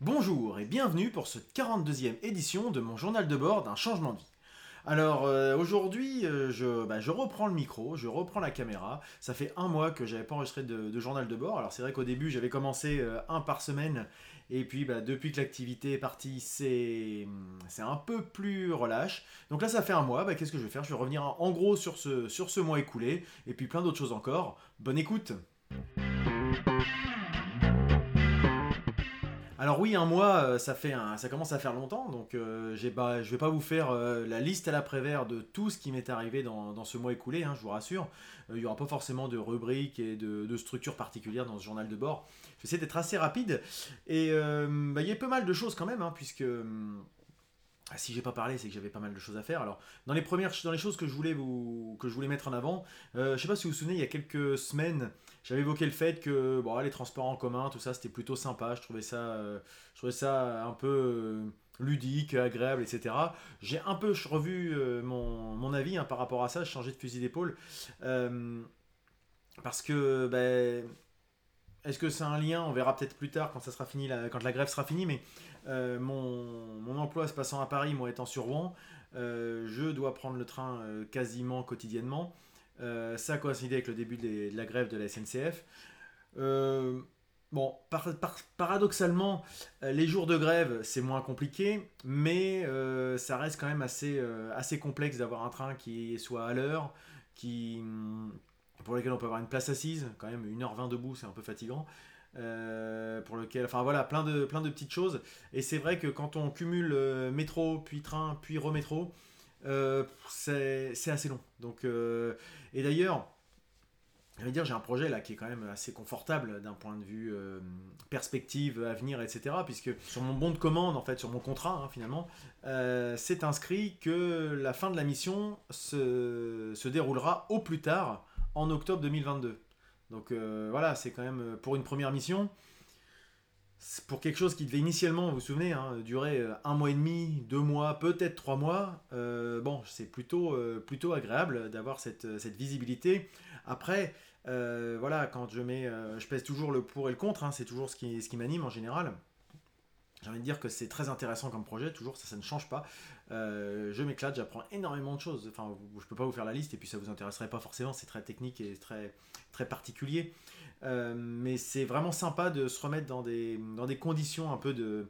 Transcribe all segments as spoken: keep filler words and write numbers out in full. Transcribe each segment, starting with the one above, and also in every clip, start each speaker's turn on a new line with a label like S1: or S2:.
S1: Bonjour et bienvenue pour cette quarante-deuxième édition de mon journal de bord d'un changement de vie. Alors euh, aujourd'hui, euh, je, bah, je reprends le micro, je reprends la caméra. Ça fait un mois que j'avais pas enregistré de, de journal de bord. Alors c'est vrai qu'au début j'avais commencé euh, un par semaine, et puis bah, depuis que l'activité est partie, c'est c'est un peu plus relâche. Donc là ça fait un mois. Bah, qu'est-ce que je vais faire? Je vais revenir en en gros sur ce sur ce mois écoulé, et puis plein d'autres choses encore. Bonne écoute. Alors oui, un mois, euh, ça fait un- ça commence à faire longtemps, donc euh, j'ai pas- je vais pas vous faire euh, la liste à l'après-vert de tout ce qui m'est arrivé dans, dans ce mois écoulé, hein, je vous rassure. Euh, il n'y aura pas forcément de rubrique et de, de structure particulière dans ce journal de bord. Je vais essayer d'être assez rapide, et euh, bah, il y a pas mal de choses quand même, hein, puisque hum, ah, si j'ai pas parlé, c'est que j'avais pas mal de choses à faire. Alors, dans les premières, dans les choses que je voulais vous, que je voulais mettre en avant, euh, je sais pas si vous vous souvenez, il y a quelques semaines, j'avais évoqué le fait que bon, les transports en commun, tout ça, c'était plutôt sympa. Je trouvais ça, euh, je trouvais ça un peu euh, ludique, agréable, et cetera. J'ai un peu revu euh, mon, mon avis hein, par rapport à ça, j'ai changé de fusil d'épaule. Euh, Parce que ben, est-ce que c'est un lien? On verra peut-être plus tard quand ça sera fini, la- quand la grève sera finie. Mais euh, mon, mon emploi se passant à Paris, moi étant sur Rouen, euh, je dois prendre le train euh, quasiment quotidiennement. Euh, ça a coïncidé avec le début des- de la grève de la S N C F. Euh, bon, par- par- paradoxalement, euh, les jours de grève, c'est moins compliqué, mais euh, ça reste quand même assez, euh, assez complexe d'avoir un train qui soit à l'heure, qui, hum, pour lequel on peut avoir une place assise, quand même une heure vingt debout, c'est un peu fatigant. Euh, pour lequel, enfin voilà, plein de, plein de petites choses. Et c'est vrai que quand on cumule euh, métro, puis train, puis remétro, euh, c'est c'est assez long. Donc, euh, et d'ailleurs, je vais dire, j'ai un projet là qui est quand même assez confortable d'un point de vue euh, perspective, avenir, et cetera. Puisque sur mon bon de commande, en fait, sur mon contrat, hein, finalement, euh, c'est inscrit que la fin de la mission se, se déroulera au plus tard en octobre deux mille vingt-deux. Donc euh, voilà, c'est quand même euh, pour une première mission, c'est pour quelque chose qui devait initialement, vous vous souvenez, hein, durer euh, un mois et demi, deux mois, peut-être trois mois. Euh, bon, c'est plutôt, euh, plutôt agréable d'avoir cette, cette visibilité. Après, euh, voilà, quand je mets, euh, je pèse toujours le pour et le contre, hein, c'est toujours ce qui, ce qui m'anime en général. J'ai envie de dire que c'est très intéressant comme projet, toujours, ça, ça ne change pas. Euh, je m'éclate, j'apprends énormément de choses. Enfin, je peux pas vous faire la liste et puis ça vous intéresserait pas forcément, c'est très technique et très, très particulier. Euh, mais c'est vraiment sympa de se remettre dans des, dans des conditions un peu de,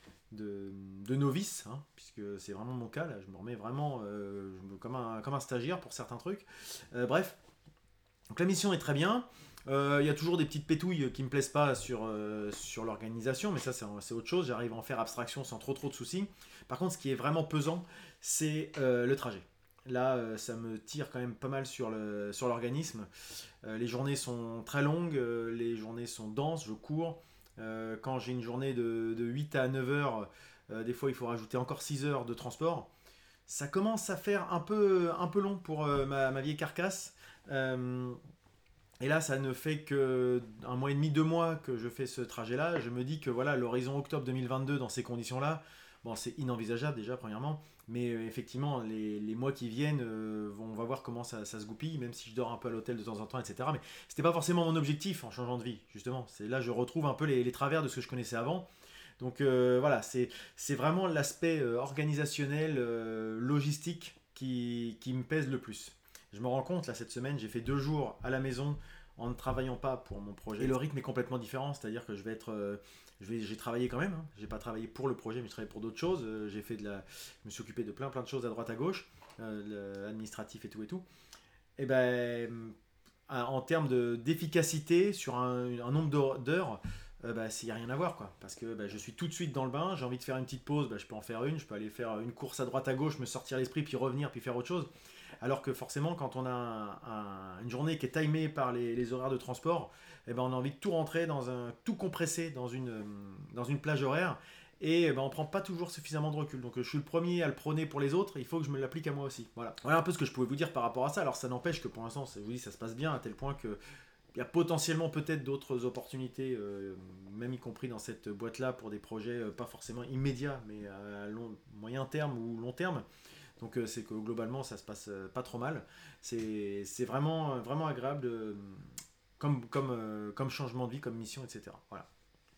S1: de, de novice, hein, puisque c'est vraiment mon cas, là, je me remets vraiment euh, je me- comme, un, comme un stagiaire pour certains trucs. Euh, bref, donc la mission est très bien. Euh, Il y a toujours des petites pétouilles qui me plaisent pas sur, euh, sur l'organisation, mais ça c'est c'est autre chose, j'arrive à en faire abstraction sans trop trop de soucis. Par contre, ce qui est vraiment pesant, c'est euh, le trajet. Là, euh, ça me tire quand même pas mal sur le- sur l'organisme. Euh, les journées sont très longues, euh, les journées sont denses, je cours. Euh, quand j'ai une journée de, de huit à neuf heures, euh, des fois il faut rajouter encore six heures de transport. Ça commence à faire un peu, un peu long pour euh, ma, ma vieille carcasse. Euh, et là, ça ne fait que un mois et demi, deux mois que je fais ce trajet-là. Je me dis que voilà, l'horizon octobre deux mille vingt-deux dans ces conditions-là, bon, c'est inenvisageable déjà, premièrement. Mais euh, effectivement, les, les mois qui viennent, euh, vont- on va voir comment ça, ça se goupille, même si je dors un peu à l'hôtel de temps en temps, et cetera. Mais c'était pas forcément mon objectif en changeant de vie, justement. C'est là, je retrouve un peu les, les travers de ce que je connaissais avant. Donc euh, voilà, c'est c'est vraiment l'aspect euh, organisationnel, euh, logistique qui, qui me pèse le plus. Je me rends compte, là, cette semaine, j'ai fait deux jours à la maison en ne travaillant pas pour mon projet. Et le rythme est complètement différent, c'est-à-dire que je vais être, euh, je vais, j'ai travaillé quand même. Hein. J'ai pas travaillé pour le projet, mais je travaillé pour d'autres choses. Euh, j'ai fait de la, je me suis occupé de plein plein de choses à droite à gauche, euh, administratif et tout et tout. Et ben, en termes de- d'efficacité sur un, un nombre d'heures, euh, bah, il n'y a rien à voir quoi. Parce que bah, je suis tout de suite dans le bain, j'ai envie de faire une petite pause, bah, je peux en faire une, je peux aller faire une course à droite à gauche, me sortir l'esprit, puis revenir, puis faire autre chose. Alors que forcément, quand on a un- un- une journée qui est timée par les, les horaires de transport, eh ben, on a envie de tout rentrer dans un, tout compresser dans une, euh, dans une plage horaire. Et eh ben, on prend pas toujours suffisamment de recul. Donc je suis le premier à le prôner pour les autres, il faut que je me l'applique à moi aussi. Voilà. Voilà un peu ce que je pouvais vous dire par rapport à ça. Alors ça n'empêche que pour l'instant, je vous dis, ça se passe bien à tel point que il y a potentiellement peut-être d'autres opportunités, euh, même y compris dans cette boîte-là, pour des projets euh, pas forcément immédiats, mais à long, moyen terme ou long terme. Donc euh, c'est que globalement ça se passe euh, pas trop mal. C'est c'est vraiment, vraiment agréable euh, comme, comme, euh, comme changement de vie, comme mission, et cetera. Voilà.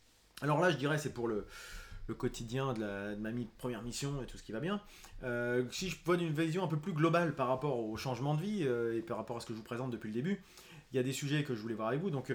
S1: Alors là, je dirais, c'est pour le, le quotidien de, la, de ma mi- première mission et tout ce qui va bien. Euh, si je donne une vision un peu plus globale par rapport au changement de vie euh, et par rapport à ce que je vous présente depuis le début, il y a des sujets que je voulais voir avec vous. Donc,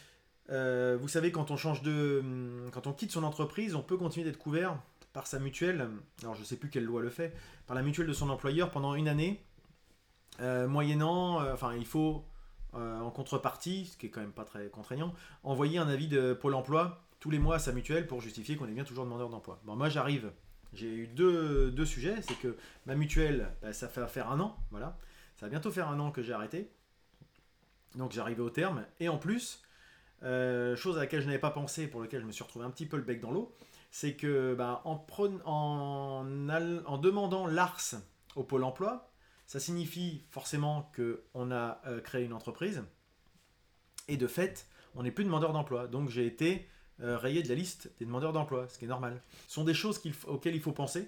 S1: euh, vous savez, quand on change de, quand on quitte son entreprise, on peut continuer d'être couvert par sa mutuelle. Alors, je ne sais plus quelle loi le fait, par la mutuelle de son employeur pendant une année, euh, moyennant, euh, enfin, il faut euh, en contrepartie, ce qui est quand même pas très contraignant, envoyer un avis de Pôle Emploi tous les mois à sa mutuelle pour justifier qu'on est bien toujours demandeur d'emploi. Bon, moi, j'arrive. J'ai eu deux, deux sujets, c'est que ma mutuelle, bah, ça fait faire un an, voilà. Ça va bientôt faire un an que j'ai arrêté, donc j'arrivais au terme. Et en plus, euh, chose à laquelle je n'avais pas pensé, pour laquelle je me suis retrouvé un petit peu le bec dans l'eau, c'est que bah, en, pren- en, al- en demandant l'A R S au Pôle emploi, ça signifie forcément qu'on a euh, créé une entreprise, et de fait, on n'est plus demandeur d'emploi. Donc j'ai été euh, rayé de la liste des demandeurs d'emploi, ce qui est normal. Ce sont des choses qu'il f- auxquelles il faut penser.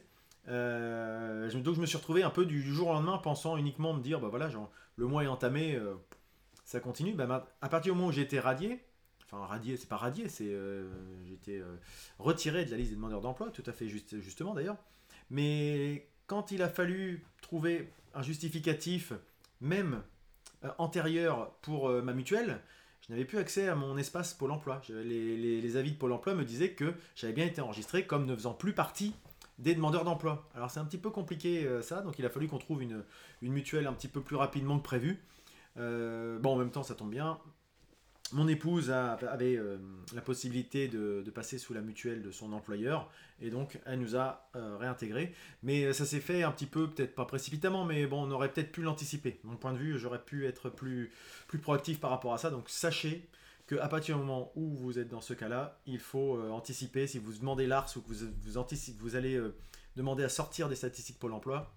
S1: Euh, je- donc je me suis retrouvé un peu du, du jour au lendemain pensant uniquement me dire, bah voilà, genre, le mois est entamé, euh, ça continue. Bah, ma- à partir du moment où j'ai été radié, enfin radié, c'est pas radié, c'est euh, j'ai été euh, retiré de la liste des demandeurs d'emploi, tout à fait juste, justement d'ailleurs. Mais quand il a fallu trouver un justificatif, même euh, antérieur pour euh, ma mutuelle, je n'avais plus accès à mon espace Pôle emploi. Je- les, les- les avis de Pôle emploi me disaient que j'avais bien été enregistré comme ne faisant plus partie des demandeurs d'emploi. Alors c'est un petit peu compliqué euh, ça, donc il a fallu qu'on trouve une, une mutuelle un petit peu plus rapidement que prévu. Euh, bon, en même temps, ça tombe bien. Mon épouse a- avait euh, la possibilité de, de passer sous la mutuelle de son employeur et donc elle nous a euh, réintégrés. Mais euh, ça s'est fait un petit peu, peut-être pas précipitamment, mais bon, on aurait peut-être pu l'anticiper. De mon point de vue, j'aurais pu être plus, plus proactif par rapport à ça. Donc sachez qu'à partir du moment où vous êtes dans ce cas-là, il faut euh, anticiper. Si vous demandez l'A R S ou que vous, vous, anticipez, vous allez euh, demander à sortir des statistiques Pôle emploi,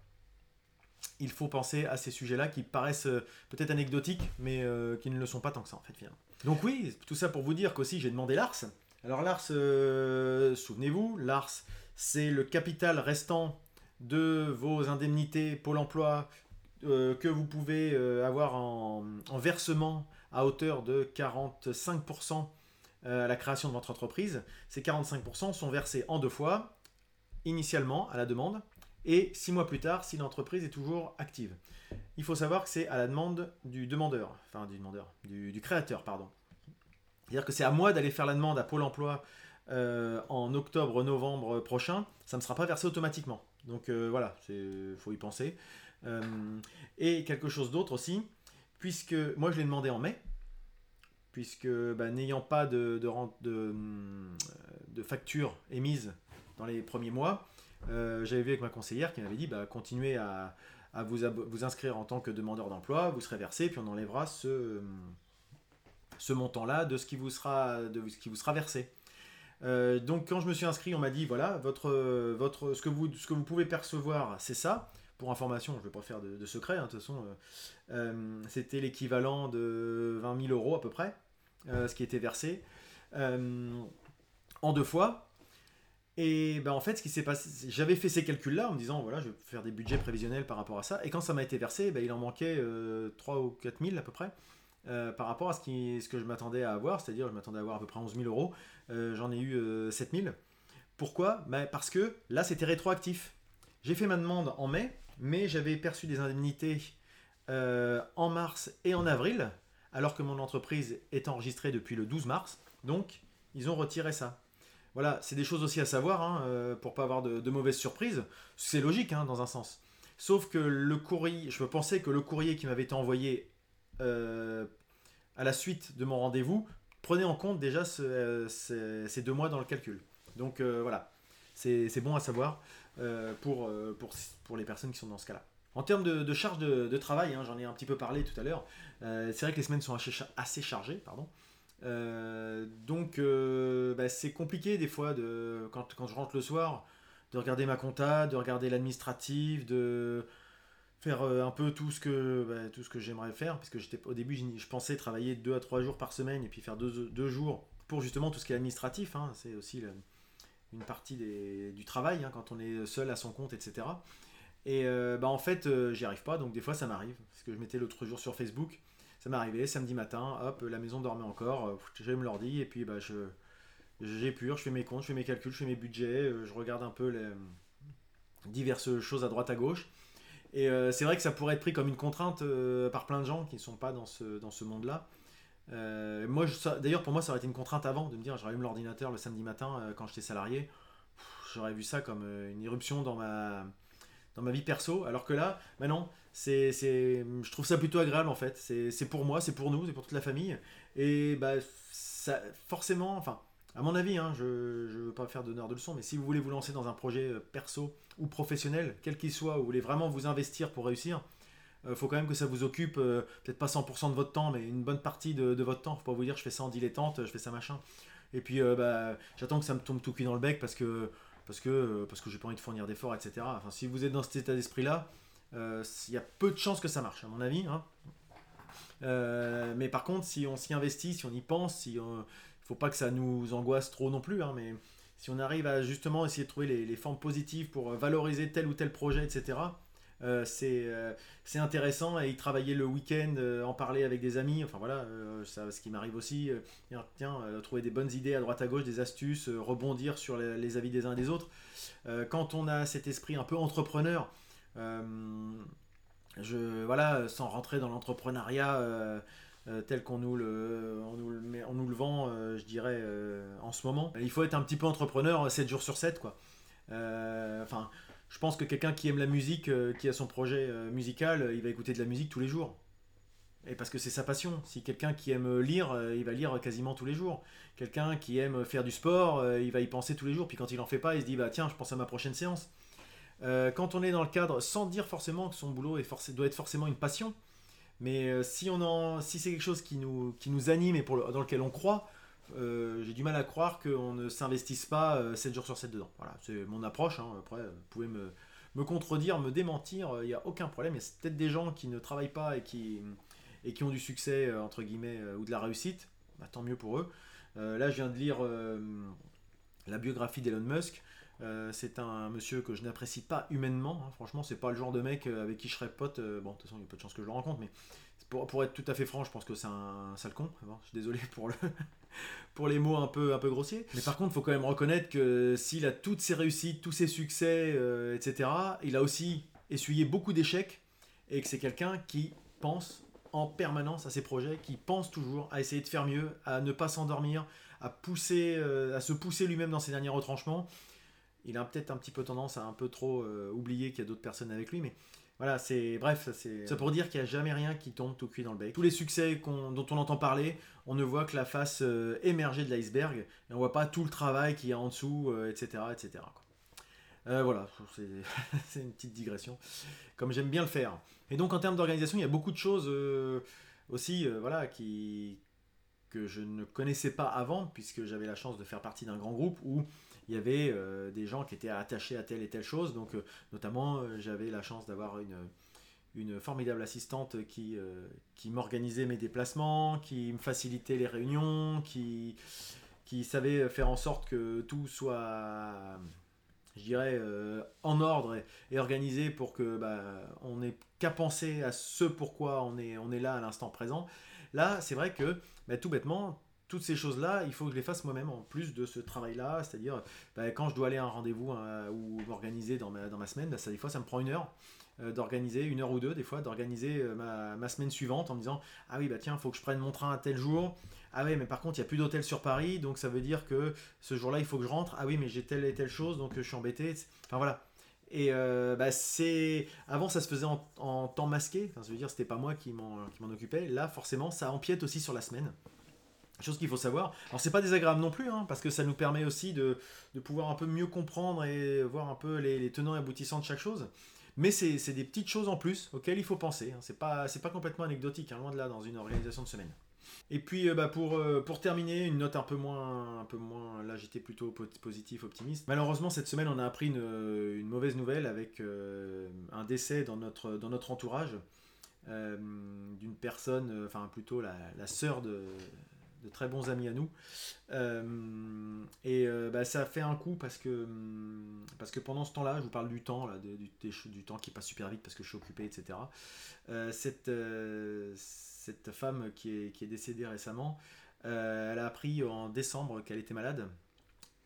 S1: il faut penser à ces sujets-là qui paraissent euh, peut-être anecdotiques, mais euh, qui ne le sont pas tant que ça en fait finalement. Donc oui, tout ça pour vous dire qu'aussi j'ai demandé l'A R S. Alors l'A R S, euh, souvenez-vous, l'A R S c'est le capital restant de vos indemnités Pôle emploi euh, que vous pouvez euh, avoir en, en versement à hauteur de quarante-cinq pour cent à la création de votre entreprise. Ces quarante-cinq pour cent sont versés en deux fois, initialement à la demande et six mois plus tard si l'entreprise est toujours active. Il faut savoir que c'est à la demande du demandeur, enfin du demandeur, du, du créateur, pardon. C'est-à-dire que c'est à moi d'aller faire la demande à Pôle emploi euh, en octobre-novembre prochain, ça ne sera pas versé automatiquement. Donc euh, voilà, il faut y penser. Euh, et quelque chose d'autre aussi, puisque moi je l'ai demandé en mai, puisque bah, n'ayant pas de, de, de, de facture émise dans les premiers mois, euh, j'avais vu avec ma conseillère qui m'avait dit bah, continuez à, à vous, vous inscrire en tant que demandeur d'emploi, vous serez versé, puis on enlèvera ce, ce montant-là de ce qui vous sera, de ce qui vous sera versé. Euh, donc quand je me suis inscrit, on m'a dit voilà, votre, votre, ce, que vous, ce que vous pouvez percevoir, c'est ça. Pour information, je ne vais pas faire de, de secret, hein, de toute façon, euh, euh, c'était l'équivalent de vingt mille euros à peu près, euh, ce qui était versé, euh, en deux fois. Et ben en fait, ce qui s'est passé, j'avais fait ces calculs-là en me disant voilà, je vais faire des budgets prévisionnels par rapport à ça. Et quand ça m'a été versé, ben, il en manquait euh, trois ou quatre mille à peu près. Euh, par rapport à ce, qui, ce que je m'attendais à avoir, c'est-à-dire je m'attendais à avoir à peu près onze mille euros, euh, j'en ai eu euh, sept mille. Pourquoi ben parce que là c'était rétroactif. J'ai fait ma demande en mai, mais j'avais perçu des indemnités euh, en mars et en avril, alors que mon entreprise est enregistrée depuis le douze mars, donc ils ont retiré ça. Voilà, c'est des choses aussi à savoir, hein, euh, pour pas avoir de, de mauvaises surprises. C'est logique, hein, dans un sens. Sauf que le courrier, je pensais que le courrier qui m'avait été envoyé euh, à la suite de mon rendez-vous prenait en compte déjà ce, euh, ces, ces deux mois dans le calcul. Donc euh, voilà, c'est c'est bon à savoir euh, pour, euh, pour, pour les personnes qui sont dans ce cas-là. En termes de, de charge de, de travail, hein, j'en ai un petit peu parlé tout à l'heure, euh, c'est vrai que les semaines sont assez, assez chargées, pardon. Euh, donc euh, bah, c'est compliqué des fois de, quand, quand je rentre le soir de regarder ma compta, de regarder l'administratif, de faire euh, un peu tout ce que, bah, tout ce que j'aimerais faire, parce que j'étais, au début je, je pensais travailler deux à trois jours par semaine et puis faire deux, deux jours pour justement tout ce qui est administratif, hein, c'est aussi le, une partie des, du travail hein, quand on est seul à son compte, et cetera. Et euh, bah, en fait euh, j'y arrive pas, donc des fois ça m'arrive, parce que je mettais l'autre jour sur Facebook. Ça m'est arrivé samedi matin, hop, la maison dormait encore, j'allume l'ordi et puis bah, je, j'épure, je fais mes comptes, je fais mes calculs, je fais mes budgets, euh, je regarde un peu les diverses choses à droite à gauche. Et euh, c'est vrai que ça pourrait être pris comme une contrainte euh, par plein de gens qui ne sont pas dans ce, dans ce monde-là. Euh, moi, je- ça- d'ailleurs, pour moi, ça aurait été une contrainte avant de me dire je rallume l'ordinateur le samedi matin euh, quand j'étais salarié. Pff, J'aurais vu ça comme euh, une irruption dans ma, dans ma vie perso. Alors que là, maintenant, c'est, c'est, je trouve ça plutôt agréable en fait. C'est, c'est pour moi, c'est pour nous, c'est pour toute la famille. Et bah, ça, forcément, enfin, à mon avis, hein, je ne veux pas faire d'honneur de leçon, mais si vous voulez vous lancer dans un projet euh, perso ou professionnel, quel qu'il soit, où vous voulez vraiment vous investir pour réussir, il euh, faut quand même que ça vous occupe, euh, peut-être pas cent pour cent de votre temps, mais une bonne partie de, de votre temps. Faut pas vous dire je fais ça en dilettante, je fais ça machin. Et puis euh, bah, j'attends que ça me tombe tout cuit dans le bec parce que parce que euh, parce que j'ai pas envie de fournir d'efforts, et cetera. Enfin, si vous êtes dans cet état d'esprit-là, euh, il y a peu de chances que ça marche, à mon avis. Hein. Euh, mais par contre, si on s'y investit, si on y pense, si on... faut pas que ça nous angoisse trop non plus, hein, mais si on arrive à justement essayer de trouver les, les formes positives pour valoriser tel ou tel projet, et cetera. Euh, c'est euh, c'est intéressant et y travailler le week-end, euh, en parler avec des amis, enfin voilà, euh, ça, ce qui m'arrive aussi, euh, tiens, euh, trouver des bonnes idées à droite à gauche, des astuces, euh, rebondir sur les, les avis des uns et des autres. Euh, quand on a cet esprit un peu entrepreneur, euh, je, voilà, sans rentrer dans l'entrepreneuriat euh, euh, tel qu'on nous le, on nous le, met- on nous le vend, euh, je dirais, euh, en ce moment. Il faut être un petit peu entrepreneur sept jours sur sept quoi. Euh, Enfin, je pense que quelqu'un qui aime la musique, euh, qui a son projet euh, musical, euh, il va écouter de la musique tous les jours. Et parce que c'est sa passion. Si quelqu'un qui aime lire, euh, il va lire quasiment tous les jours. Quelqu'un qui aime faire du sport, euh, il va y penser tous les jours. Puis quand il en fait pas, il se dit bah tiens, je pense à ma prochaine séance. Euh, quand on est dans le cadre, sans dire forcément que son boulot est forcé- doit être forcément une passion, mais euh, si, on en, si c'est quelque chose qui nous, qui nous anime et pour le- dans lequel on croit, euh, j'ai du mal à croire qu'on ne s'investisse pas euh, sept jours sur sept dedans. Voilà, c'est mon approche. Hein. Après, vous pouvez me, me contredire, me démentir, il n'y a aucun problème. Il y a peut-être des gens qui ne travaillent pas et qui, et qui ont du succès, euh, entre guillemets, euh, ou de la réussite. Bah, tant mieux pour eux. Euh, là, je viens de lire euh, la biographie d'Elon Musk. Euh, c'est un monsieur que je n'apprécie pas humainement. Hein. Franchement, c'est pas le genre de mec euh, avec qui je serais pote. Euh, bon, de toute façon, il y a peu de chances que je le rencontre, mais pour, pour être tout à fait franc, je pense que c'est un, un sale con. Bon, je suis désolé pour, le, pour les mots un peu, un peu grossiers. Mais par contre, il faut quand même reconnaître que s'il a toutes ses réussites, tous ses succès, euh, et cetera, il a aussi essuyé beaucoup d'échecs et que c'est quelqu'un qui pense en permanence à ses projets, qui pense toujours à essayer de faire mieux, à ne pas s'endormir, à pousser, euh, à se pousser lui-même dans ses derniers retranchements. Il a peut-être un petit peu tendance à un peu trop euh, oublier qu'il y a d'autres personnes avec lui, mais voilà, c'est bref, ça c'est ça pour dire qu'il n'y a jamais rien qui tombe tout cuit dans le bec. Tous les succès qu'on- dont on entend parler, on ne voit que la face euh, émergée de l'iceberg et on voit pas tout le travail qu'il y a en dessous, euh, et cetera, et cetera quoi. Euh, voilà, c'est c'est une petite digression, comme j'aime bien le faire. Et donc en termes d'organisation, il y a beaucoup de choses euh, aussi, euh, voilà, qui que je ne connaissais pas avant, puisque j'avais la chance de faire partie d'un grand groupe où il y avait euh, des gens qui étaient attachés à telle et telle chose. Donc, euh, notamment, euh, j'avais la chance d'avoir une, une formidable assistante qui, euh, qui m'organisait mes déplacements, qui me facilitait les réunions, qui, qui savait faire en sorte que tout soit, je dirais, euh, en ordre et, et organisé pour que bah, on n'ait qu'à penser à ce pourquoi on est, on est là à l'instant présent. Là, c'est vrai que bah, tout bêtement, toutes ces choses-là, il faut que je les fasse moi-même en plus de ce travail-là. C'est-à-dire, bah, quand je dois aller à un rendez-vous hein, ou m'organiser dans ma, dans ma semaine, bah, ça, des fois, ça me prend une heure euh, d'organiser, une heure ou deux, des fois, d'organiser euh, ma, ma semaine suivante en me disant ah oui, bah tiens, il faut que je prenne mon train à tel jour. Ah oui, mais par contre, il n'y a plus d'hôtel sur Paris, donc ça veut dire que ce jour-là, il faut que je rentre. Ah oui, mais j'ai telle et telle chose, donc euh, je suis embêté. Enfin voilà. Et euh, bah, c'est avant ça se faisait en, en temps masqué, enfin, ça veut dire c'était pas moi qui m'en qui m'en occupais. Là forcément ça empiète aussi sur la semaine. Chose qu'il faut savoir. Alors c'est pas désagréable non plus, hein, parce que ça nous permet aussi de, de pouvoir un peu mieux comprendre et voir un peu les, les tenants et aboutissants de chaque chose. Mais c'est c'est des petites choses en plus auxquelles il faut penser. Hein. C'est pas, c'est pas complètement anecdotique, hein, loin de là, dans une organisation de semaine. Et puis euh, bah, pour, euh, pour terminer, une note un peu moins, un peu moins là j'étais plutôt po- positif, optimiste. Malheureusement cette semaine on a appris une, une mauvaise nouvelle avec euh, un décès dans notre, dans notre entourage euh, d'une personne, euh, enfin plutôt la, la sœur de, de très bons amis à nous. Euh, et euh, bah, ça a fait un coup parce que, parce que pendant ce temps-là, je vous parle du temps, là, de- du, des du temps qui passe super vite parce que je suis occupé, et cetera. Euh, cette, euh, cette femme qui est, qui est décédée récemment, euh, elle a appris en décembre qu'elle était malade.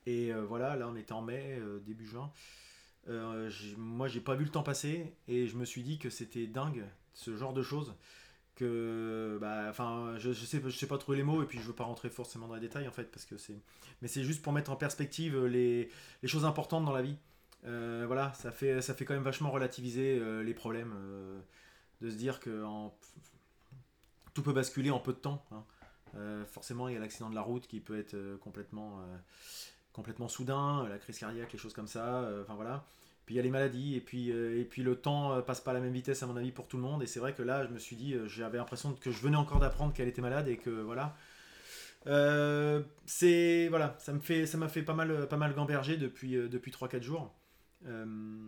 S1: Et euh, voilà, là on était en mai, euh, début juin. Euh, j'ai- moi j'ai pas vu le temps passer et je me suis dit que c'était dingue ce genre de choses que bah enfin je, je sais je sais pas trouver les mots et puis je veux pas rentrer forcément dans les détails en fait parce que c'est mais c'est juste pour mettre en perspective euh, les, les choses importantes dans la vie. Euh, voilà, ça fait ça fait quand même vachement relativiser euh, les problèmes euh, de se dire que en- tout peut basculer en peu de temps, hein. Euh, forcément il y a l'accident de la route qui peut être euh, complètement euh, complètement soudain, la crise cardiaque, les choses comme ça, euh, enfin voilà. Puis il y a les maladies, et puis, euh, et puis le temps euh, passe pas à la même vitesse à mon avis pour tout le monde, et c'est vrai que là je me suis dit, euh, j'avais l'impression que je venais encore d'apprendre qu'elle était malade, et que voilà. Euh, c'est voilà, ça me fait, ça m'a fait pas mal, pas mal gamberger depuis, euh, depuis trois quatre jours. Euh,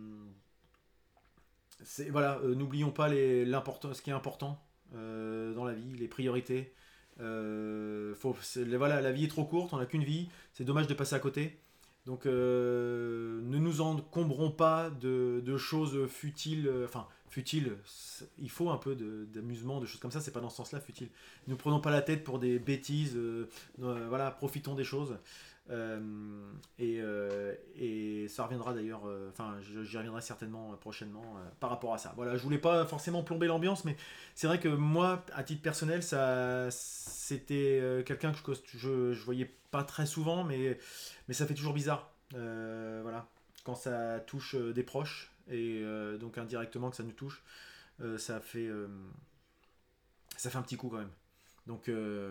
S1: c'est, voilà, euh, n'oublions pas les, l'important, ce qui est important euh, dans la vie, les priorités. Euh, faut, c'est- voilà, la vie est trop courte, on n'a qu'une vie, c'est dommage de passer à côté. Donc euh, ne nous encombrons pas de, de choses futiles, euh, enfin futiles, c'est- il faut un peu de- d'amusement, de choses comme ça, c'est pas dans ce sens-là futile. Ne nous prenons pas la tête pour des bêtises, euh, euh, voilà, profitons des choses. Euh, et, euh, et ça reviendra d'ailleurs, euh, enfin je- j'y reviendrai certainement euh, prochainement euh, par rapport à ça. Voilà, je voulais pas forcément plomber l'ambiance, mais c'est vrai que moi, à titre personnel, ça, c'était euh, quelqu'un que je, je, je voyais pas très souvent, mais, mais ça fait toujours bizarre. Euh, voilà, quand ça touche euh, des proches et euh, donc indirectement que ça nous touche, euh, ça fait euh, ça fait un petit coup quand même. Donc euh,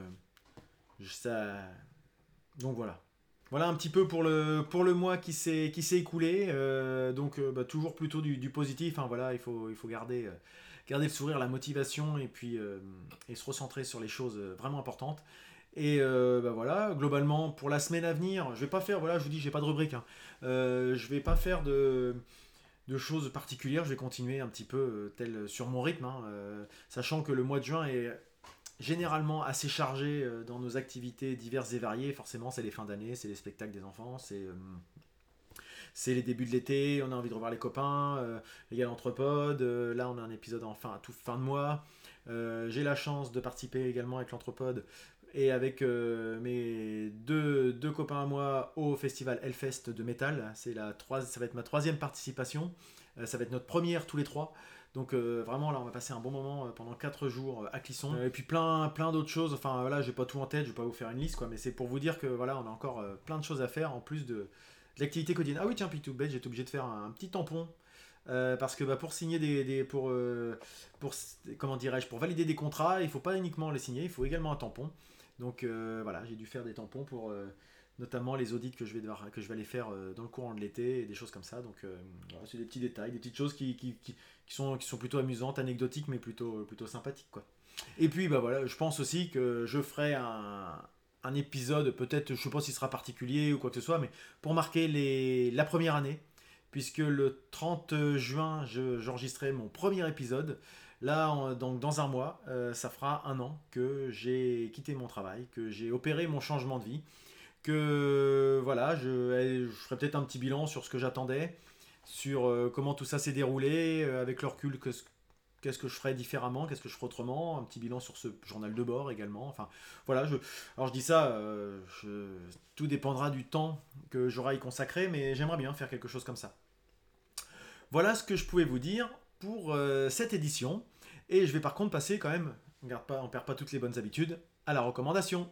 S1: ça, donc voilà. Voilà un petit peu pour le, pour le mois qui s'est, qui s'est écoulé. Euh, donc euh, bah, toujours plutôt du, du positif, hein, voilà, il faut, il faut garder, euh, garder le sourire, la motivation et puis euh, et se recentrer sur les choses euh, vraiment importantes. Et euh, bah voilà, globalement pour la semaine à venir, je vais pas faire, voilà, je vous dis, j'ai pas de rubrique, hein. Euh, je vais pas faire de, de choses particulières, je vais continuer un petit peu euh, tel sur mon rythme, hein, euh, sachant que le mois de juin est généralement assez chargé euh, dans nos activités diverses et variées. Forcément, c'est les fins d'année, c'est les spectacles des enfants, c'est euh, c'est les débuts de l'été, on a envie de revoir les copains, euh, il y a l'Anthropode, euh, là on a un épisode en fin, à tout fin de mois. Euh, j'ai la chance de participer également avec l'Anthropode et avec euh, mes deux, deux copains à moi au festival Hellfest de métal. C'est la trois, ça va être ma troisième participation. Euh, ça va être notre première tous les trois. Donc euh, vraiment là on va passer un bon moment euh, pendant quatre jours euh, à Clisson. Euh, et puis plein, plein d'autres choses. Enfin voilà, j'ai pas tout en tête, je vais pas vous faire une liste quoi, mais c'est pour vous dire que voilà on a encore euh, plein de choses à faire en plus de, de l'activité quotidienne. Ah oui tiens, puis tout bête, j'ai été obligé de faire un, un petit tampon. Euh, parce que bah, pour signer des, des pour, euh, pour comment dirais-je pour valider des contrats, il faut pas uniquement les signer, il faut également un tampon. Donc euh, voilà, j'ai dû faire des tampons pour euh, notamment les audits que je vais devoir que je vais aller faire euh, dans le courant de l'été et des choses comme ça. Donc euh, voilà, c'est des petits détails, des petites choses qui, qui, qui, qui sont qui sont plutôt amusantes, anecdotiques, mais plutôt plutôt sympathiques quoi. Et puis bah voilà, je pense aussi que je ferai un un épisode, peut-être, je sais pas s'il sera particulier ou quoi que ce soit, mais pour marquer les, la première année, puisque le trente juin, je- j'enregistrerai mon premier épisode. Là, en- donc dans un mois, euh, ça fera un an que j'ai quitté mon travail, que j'ai opéré mon changement de vie, que voilà, je, je ferai peut-être un petit bilan sur ce que j'attendais, sur euh, comment tout ça s'est déroulé, euh, avec le recul, que, qu'est-ce que je ferais différemment, qu'est-ce que je ferais autrement, un petit bilan sur ce journal de bord également. Enfin, voilà, je, alors je dis ça, euh, je- tout dépendra du temps que j'aurai à y consacrer, mais j'aimerais bien faire quelque chose comme ça. Voilà ce que je pouvais vous dire pour euh, cette édition. Et je vais par contre passer quand même, on garde pas, on perd pas toutes les bonnes habitudes, à la recommandation.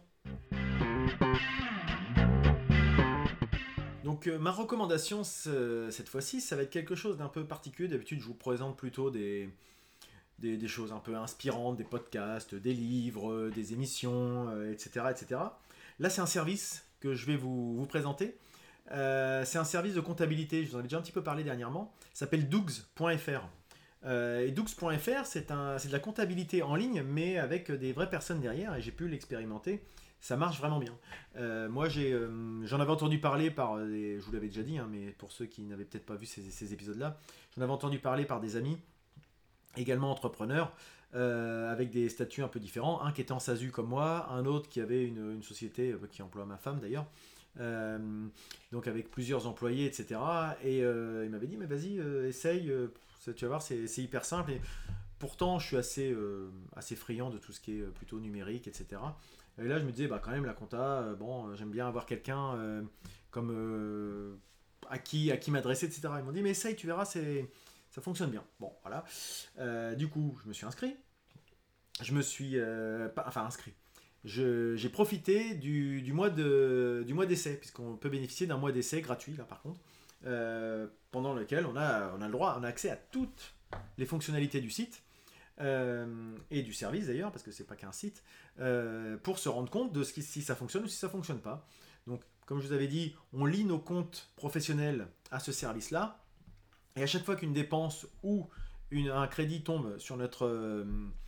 S1: Donc euh, ma recommandation ce- cette fois-ci, ça va être quelque chose d'un peu particulier. D'habitude, je vous présente plutôt des, des, des choses un peu inspirantes, des podcasts, des livres, euh, des émissions, euh, et cetera, et cetera. Là, c'est un service que je vais vous, vous présenter. Euh, c'est un service de comptabilité, je vous en avais déjà un petit peu parlé dernièrement. Ça s'appelle dougs point f r. Euh, et dougs point f r, c'est un, c'est de la comptabilité en ligne, mais avec des vraies personnes derrière, et j'ai pu l'expérimenter. Ça marche vraiment bien. Euh, moi, j'ai, euh, j'en avais entendu parler par, des, je vous l'avais déjà dit, hein, mais pour ceux qui n'avaient peut-être pas vu ces, ces épisodes-là, j'en avais entendu parler par des amis, également entrepreneurs, euh, avec des statuts un peu différents. Un qui était en SASU comme moi, un autre qui avait une, une société euh, qui emploie ma femme d'ailleurs, euh, donc avec plusieurs employés, et cetera. Et euh, il m'avait dit, mais vas-y, euh, essaye, euh, tu vas voir, c'est, c'est hyper simple. Et pourtant, je suis assez, euh, assez friand de tout ce qui est euh, plutôt numérique, et cetera. Et là, je me disais, bah quand même, la compta, euh, bon, euh, j'aime bien avoir quelqu'un, euh, comme euh, à qui, à qui m'adresser, et cetera. Ils m'ont dit, mais essaye, tu verras, c'est, ça fonctionne bien. Bon, voilà. Euh, du coup, je me suis inscrit. Je me suis... euh, pas, enfin, inscrit. Je- j'ai profité du, du mois de, du mois d'essai, puisqu'on peut bénéficier d'un mois d'essai gratuit, là, par contre, euh, pendant lequel on a, on a le droit, on a accès à toutes les fonctionnalités du site, euh, et du service d'ailleurs, parce que c'est pas qu'un site, euh, pour se rendre compte de ce qui, si ça fonctionne ou si ça fonctionne pas. Donc, comme je vous avais dit, on lie nos comptes professionnels à ce service-là, et à chaque fois qu'une dépense ou une- un crédit tombe sur notre, euh,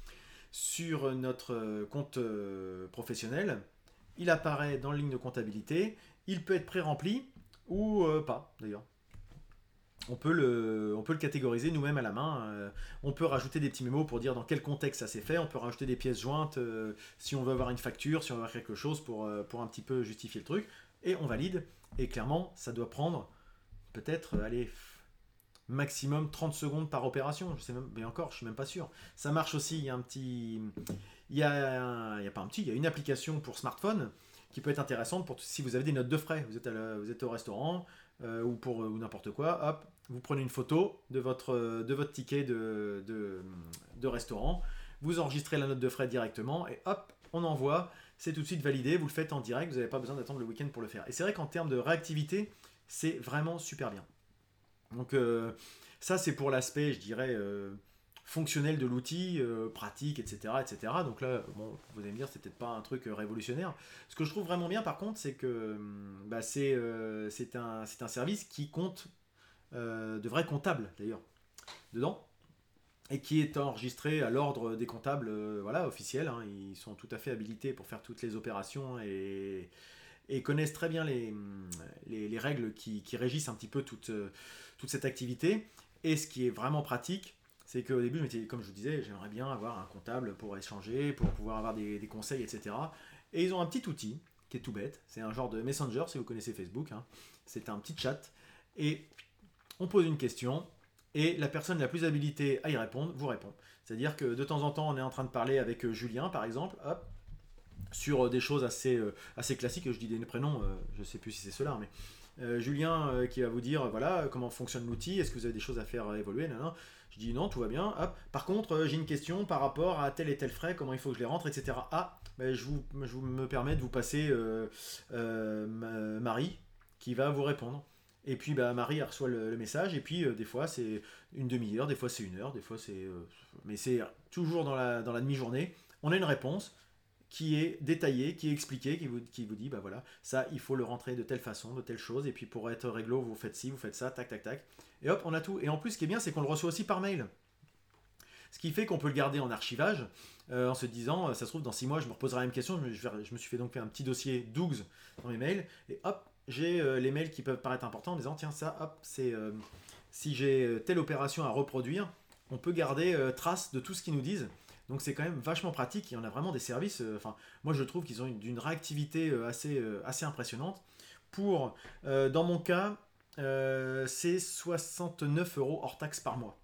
S1: sur notre compte euh, professionnel, il apparaît dans la ligne de comptabilité, il peut être pré-rempli ou euh, pas d'ailleurs. On peut, le, on peut le catégoriser nous-mêmes à la main. Euh, on peut rajouter des petits mémos pour dire dans quel contexte ça s'est fait. On peut rajouter des pièces jointes euh, si on veut avoir une facture, si on veut avoir quelque chose pour, euh, pour un petit peu justifier le truc. Et on valide. Et clairement, ça doit prendre peut-être, allez, maximum trente secondes par opération. Je sais même, mais encore, je suis même pas sûr. Ça marche aussi. Il y a un petit, il y a, un- il y a pas un petit, il y a une application pour smartphone qui peut être intéressante pour si vous avez des notes de frais. Vous êtes, à la- vous êtes au restaurant euh, ou pour ou n'importe quoi. Hop, vous prenez une photo de votre, de votre ticket de, de, de restaurant. Vous enregistrez la note de frais directement et hop, on envoie. C'est tout de suite validé. Vous le faites en direct. Vous n'avez pas besoin d'attendre le week-end pour le faire. Et c'est vrai qu'en termes de réactivité, c'est vraiment super bien. Donc euh, ça c'est pour l'aspect, je dirais, euh, fonctionnel de l'outil, euh, pratique, et cetera, et cetera. Donc là, bon, vous allez me dire, c'est peut-être pas un truc euh, révolutionnaire. Ce que je trouve vraiment bien, par contre, c'est que hum, bah, c'est euh, c'est un, c'est un service qui compte euh, de vrais comptables, d'ailleurs, dedans, et qui est enregistré à l'ordre des comptables, euh, voilà, officiels. Hein. Ils sont tout à fait habilités pour faire toutes les opérations et, et connaissent très bien les, les, les règles qui, qui régissent un petit peu toute, euh, toute cette activité. Et ce qui est vraiment pratique, c'est qu'au début, je m'étais, comme je vous disais, j'aimerais bien avoir un comptable pour échanger, pour pouvoir avoir des, des conseils, et cetera. Et ils ont un petit outil qui est tout bête. C'est un genre de Messenger, si vous connaissez Facebook. Hein. C'est un petit chat. Et on pose une question. Et la personne la plus habilitée à y répondre vous répond. C'est-à-dire que de temps en temps, on est en train de parler avec euh, Julien, par exemple. Hop, sur des choses assez, euh, assez classiques. Je dis des prénoms, euh, je ne sais plus si c'est cela, mais euh, Julien euh, qui va vous dire voilà comment fonctionne l'outil, est-ce que vous avez des choses à faire évoluer, nan, nan. Je dis non, tout va bien. Hop. Par contre, euh, j'ai une question par rapport à tel et tel frais, comment il faut que je les rentre, et cetera. Ah, ben, je, vous, je vous me permets de vous passer euh, euh, Marie qui va vous répondre. Et puis bah, Marie elle reçoit le, le message, et puis euh, des fois c'est une demi-heure, des fois c'est une heure, des fois c'est. Euh, mais c'est toujours dans la, dans la demi-journée. On a une réponse qui est détaillé, qui est expliqué, qui vous, qui vous dit, bah voilà, ça, il faut le rentrer de telle façon, de telle chose, et puis pour être réglo, vous faites ci, vous faites ça, tac, tac, tac. Et hop, on a tout. Et en plus, ce qui est bien, c'est qu'on le reçoit aussi par mail. Ce qui fait qu'on peut le garder en archivage, euh, en se disant, euh, ça se trouve, dans six mois, je me reposerai la même question, je, vais- je me suis fait donc fait un petit dossier Dougs dans mes mails, et hop, j'ai euh, les mails qui peuvent paraître importants en disant, tiens, ça, hop, c'est... euh, si j'ai euh, telle opération à reproduire, on peut garder euh, trace de tout ce qu'ils nous disent. Donc c'est quand même vachement pratique et on a vraiment des services. euh, Enfin, moi je trouve qu'ils ont une, d'une réactivité euh, assez, euh, assez impressionnante. Pour, euh, dans mon cas, euh, c'est soixante-neuf euros hors taxe par mois.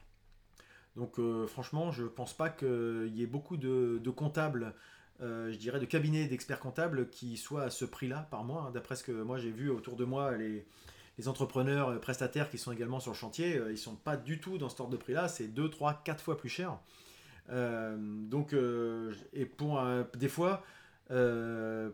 S1: Donc euh, franchement, je pense pas qu'il y ait beaucoup de, de comptables, euh, je dirais de cabinets d'experts comptables qui soient à ce prix-là par mois. Hein. D'après ce que moi j'ai vu autour de moi, les, les entrepreneurs euh, prestataires qui sont également sur le chantier, euh, ils sont pas du tout dans ce ordre de prix-là. C'est deux, trois, quatre fois plus cher. Euh, donc, euh, et pour euh, des fois, euh,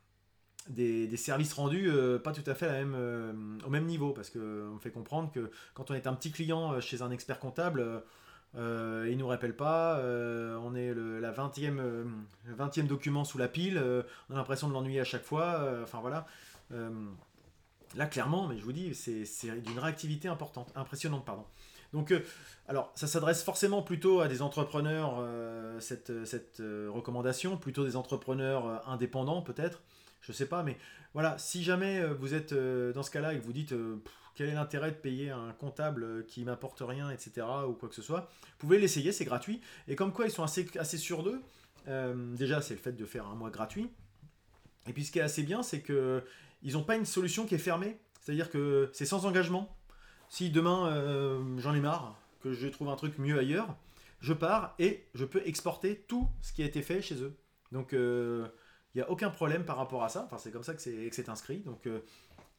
S1: des, des services rendus euh, pas tout à fait à la même, euh, au même niveau, parce qu'on me fait comprendre que quand on est un petit client euh, chez un expert comptable, euh, euh, il nous rappelle pas, euh, on est le la vingtième, euh, le vingtième document sous la pile, euh, on a l'impression de l'ennuyer à chaque fois, euh, enfin voilà. Euh, Là, clairement, mais je vous dis, c'est c'est d'une réactivité importante, impressionnante, pardon. Donc, euh, alors, ça s'adresse forcément plutôt à des entrepreneurs, euh, cette, cette euh, recommandation, plutôt des entrepreneurs euh, indépendants, peut-être, je sais pas, mais voilà, si jamais euh, vous êtes euh, dans ce cas-là et que vous dites euh, pff, quel est l'intérêt de payer un comptable euh, qui m'apporte rien, et cetera, ou quoi que ce soit, vous pouvez l'essayer, c'est gratuit. Et comme quoi, ils sont assez, assez sûrs d'eux, euh, déjà, c'est le fait de faire un mois gratuit. Et puis ce qui est assez bien, c'est que ils n'ont pas une solution qui est fermée. C'est-à-dire que c'est sans engagement. Si demain euh, j'en ai marre, que je trouve un truc mieux ailleurs, je pars et je peux exporter tout ce qui a été fait chez eux. Donc il euh, n'y a aucun problème par rapport à ça. Enfin, c'est comme ça que c'est, que c'est inscrit. Donc euh,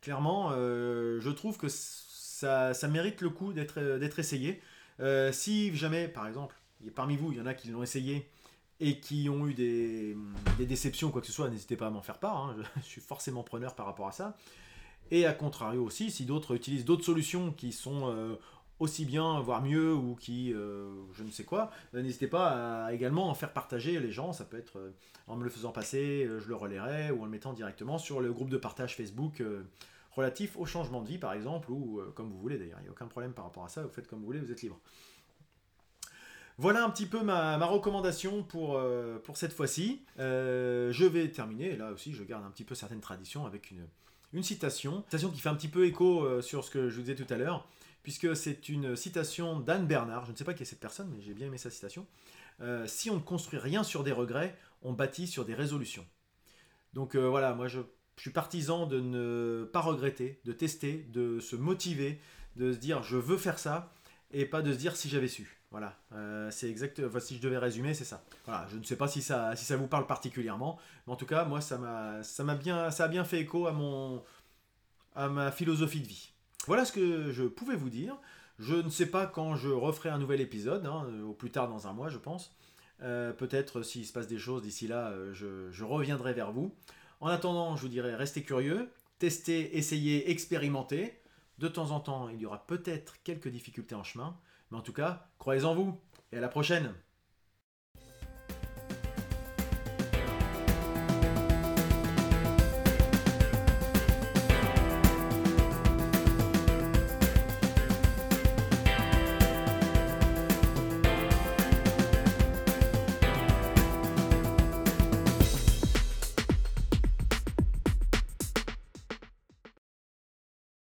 S1: Clairement, euh, je trouve que ça, ça mérite le coup d'être d'être essayé. Euh, si jamais, par exemple, il y a- parmi vous, il y en a qui l'ont essayé et qui ont eu des, des déceptions ou quoi que ce soit, n'hésitez pas à m'en faire part. Hein, je, je suis forcément preneur par rapport à ça. Et à contrario aussi, si d'autres utilisent d'autres solutions qui sont euh, aussi bien, voire mieux, ou qui, euh, je ne sais quoi, euh, n'hésitez pas à également en faire partager les gens. Ça peut être euh, en me le faisant passer, euh, je le relayerai, ou en le mettant directement sur le groupe de partage Facebook euh, relatif au changement de vie, par exemple, ou euh, comme vous voulez d'ailleurs. Il n'y a aucun problème par rapport à ça. Vous faites comme vous voulez, vous êtes libre. Voilà un petit peu ma, ma recommandation pour, euh, pour cette fois-ci. Euh, je vais terminer, là aussi je garde un petit peu certaines traditions avec une, une citation. Une citation qui fait un petit peu écho euh, sur ce que je vous disais tout à l'heure, puisque c'est une citation d'Anne Bernard. Je ne sais pas qui est cette personne, mais j'ai bien aimé sa citation. Euh, si on ne construit rien sur des regrets, on bâtit sur des résolutions. Donc euh, voilà, moi je, je suis partisan de ne pas regretter, de tester, de se motiver, de se dire je veux faire ça, et pas de se dire si j'avais su. Voilà, euh, c'est exact. Enfin, si je devais résumer, c'est ça. Voilà, je ne sais pas si ça, si ça vous parle particulièrement, mais en tout cas, moi, ça m'a, ça m'a bien, ça a bien fait écho à mon, à ma philosophie de vie. Voilà ce que je pouvais vous dire. Je ne sais pas quand je referai un nouvel épisode, hein, au plus tard dans un mois, je pense. Euh, peut-être s'il se passe des choses d'ici là, euh, je, je reviendrai vers vous. En attendant, je vous dirais, restez curieux, testez, essayez, expérimentez. De temps en temps, il y aura peut-être quelques difficultés en chemin, mais en tout cas, croyez en vous et à la prochaine.